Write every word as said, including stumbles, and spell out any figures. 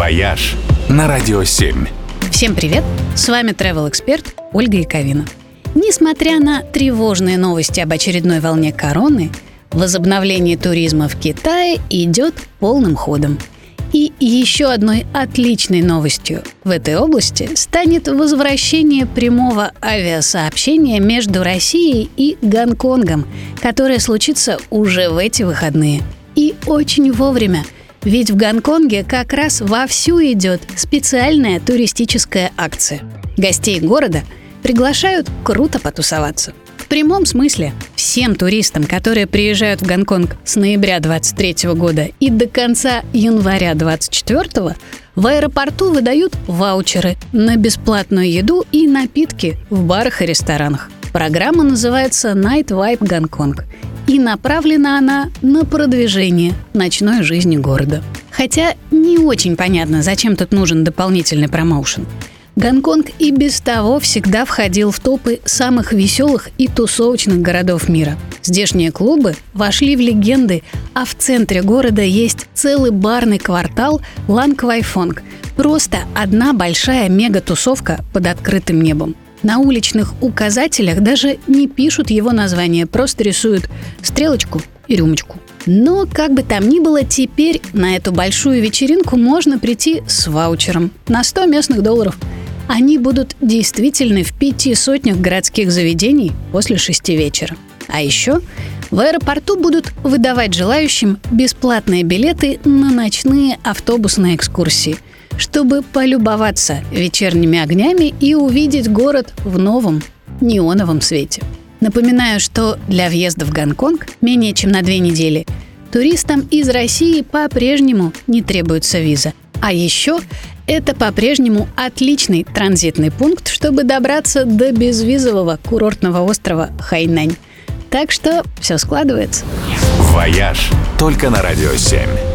«Вояж» на Радио семь. Всем привет! С вами travel-эксперт Ольга Яковина. Несмотря на тревожные новости об очередной волне короны, возобновление туризма в Китае идет полным ходом. И еще одной отличной новостью в этой области станет возвращение прямого авиасообщения между Россией и Гонконгом, которое случится уже в эти выходные. И очень вовремя, ведь в Гонконге как раз вовсю идет специальная туристическая акция. Гостей города приглашают круто потусоваться. В прямом смысле всем туристам, которые приезжают в Гонконг с ноября двадцать третьего года и до конца января двадцать четвёртого, в аэропорту выдают ваучеры на бесплатную еду и напитки в барах и ресторанах. Программа называется Night Vibe Гонконг, и направлена она на продвижение ночной жизни города. Хотя не очень понятно, зачем тут нужен дополнительный промоушен. Гонконг и без того всегда входил в топы самых веселых и тусовочных городов мира. Здешние клубы вошли в легенды, а в центре города есть целый барный квартал Ланг Вай Фонг. Просто одна большая мега-тусовка под открытым небом. На уличных указателях даже не пишут его название, просто рисуют стрелочку и рюмочку. Но, как бы там ни было, теперь на эту большую вечеринку можно прийти с ваучером на сто местных долларов. Они будут действительны в пяти сотнях городских заведений после шести вечера. А еще в аэропорту будут выдавать желающим бесплатные билеты на ночные автобусные экскурсии, чтобы полюбоваться вечерними огнями и увидеть город в новом неоновом свете. Напоминаю, что для въезда в Гонконг менее чем на две недели туристам из России по-прежнему не требуется виза. А еще это по-прежнему отличный транзитный пункт, чтобы добраться до безвизового курортного острова Хайнань. Так что все складывается. «Вояж» только на Радио семь.